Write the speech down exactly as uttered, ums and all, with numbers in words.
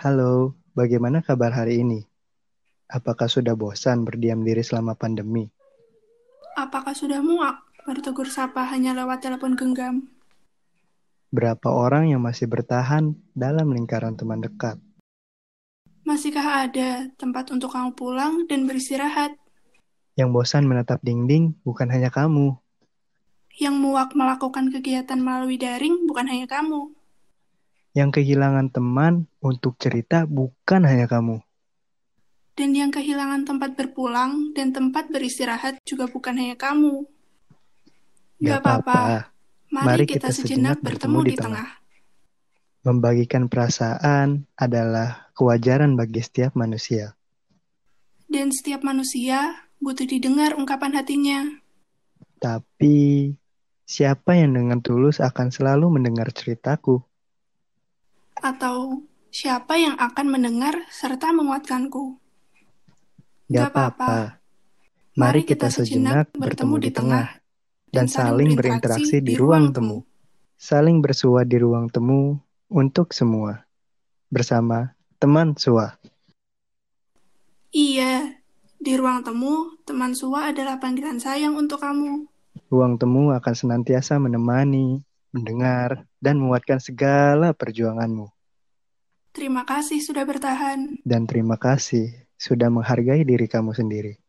Halo, bagaimana kabar hari ini? Apakah sudah bosan berdiam diri selama pandemi? Apakah sudah muak bertegur sapa hanya lewat telepon genggam? Berapa orang yang masih bertahan dalam lingkaran teman dekat? Masihkah ada tempat untuk kamu pulang dan beristirahat? Yang bosan menatap dinding bukan hanya kamu. Yang muak melakukan kegiatan melalui daring bukan hanya kamu. Yang kehilangan teman untuk cerita bukan hanya kamu. Dan yang kehilangan tempat berpulang dan tempat beristirahat juga bukan hanya kamu. Gak Gak apa-apa, apa-apa, mari mari kita kita sejenak sejenak bertemu bertemu di di tengah. tengah. Membagikan perasaan adalah kewajaran bagi setiap manusia. Dan setiap manusia butuh didengar ungkapan hatinya. Tapi, siapa yang dengan tulus akan selalu mendengar ceritaku? Atau siapa yang akan mendengar serta menguatkanku. Gak Gak apa-apa, apa-apa, mari mari kita kita sejenak sejenak bertemu bertemu di di tengah tengah dan dan saling saling berinteraksi berinteraksi di di ruang ruang temu. temu. Saling bersua di ruang temu untuk semua. Bersama teman sua. Iya, di ruang temu, teman Sua adalah panggilan sayang untuk kamu. Ruang temu akan senantiasa menemani, mendengar, dan menguatkan segala perjuanganmu. Terima kasih sudah bertahan. Dan terima kasih sudah menghargai diri kamu sendiri.